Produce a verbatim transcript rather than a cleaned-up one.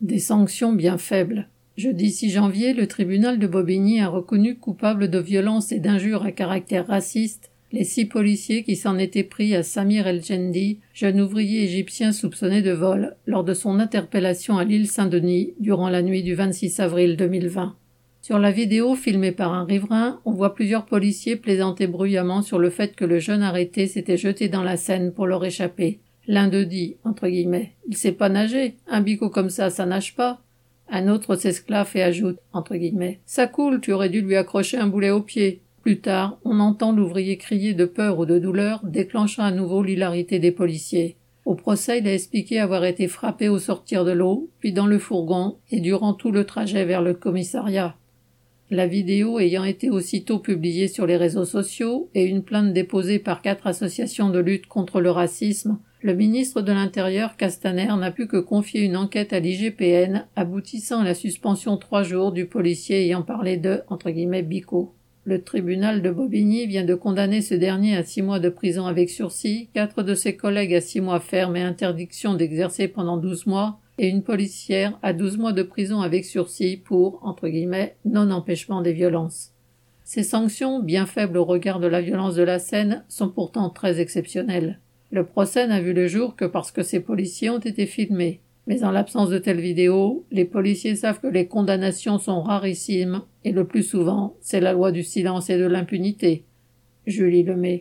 Des sanctions bien faibles. Jeudi six janvier, le tribunal de Bobigny a reconnu coupables de violences et d'injures à caractère raciste les six policiers qui s'en étaient pris à Samir El-Jendi, jeune ouvrier égyptien soupçonné de vol, lors de son interpellation à l'île Saint-Denis durant la nuit du vingt-six avril deux mille vingt. Sur la vidéo filmée par un riverain, on voit plusieurs policiers plaisanter bruyamment sur le fait que le jeune arrêté s'était jeté dans la Seine pour leur échapper. L'un d'eux dit, entre guillemets, « Il sait pas nager, un bigot comme ça, ça nage pas ». Un autre s'esclaffe et ajoute, entre guillemets, « Ça coule, tu aurais dû lui accrocher un boulet au pied ». Plus tard, on entend l'ouvrier crier de peur ou de douleur, déclenchant à nouveau l'hilarité des policiers. Au procès, il a expliqué avoir été frappé au sortir de l'eau, puis dans le fourgon, et durant tout le trajet vers le commissariat. La vidéo ayant été aussitôt publiée sur les réseaux sociaux et une plainte déposée par quatre associations de lutte contre le racisme, le ministre de l'Intérieur Castaner n'a pu que confier une enquête à l'I G P N, aboutissant à la suspension trois jours du policier ayant parlé de, entre guillemets, bico. Le tribunal de Bobigny vient de condamner ce dernier à six mois de prison avec sursis, quatre de ses collègues à six mois ferme et interdiction d'exercer pendant douze mois, et une policière à douze mois de prison avec sursis pour, entre guillemets, non-empêchement des violences. Ces sanctions, bien faibles au regard de la violence de la scène, sont pourtant très exceptionnelles. Le procès n'a vu le jour que parce que ces policiers ont été filmés. Mais en l'absence de telles vidéos, les policiers savent que les condamnations sont rarissimes, et le plus souvent, c'est la loi du silence et de l'impunité. Julie Lemay.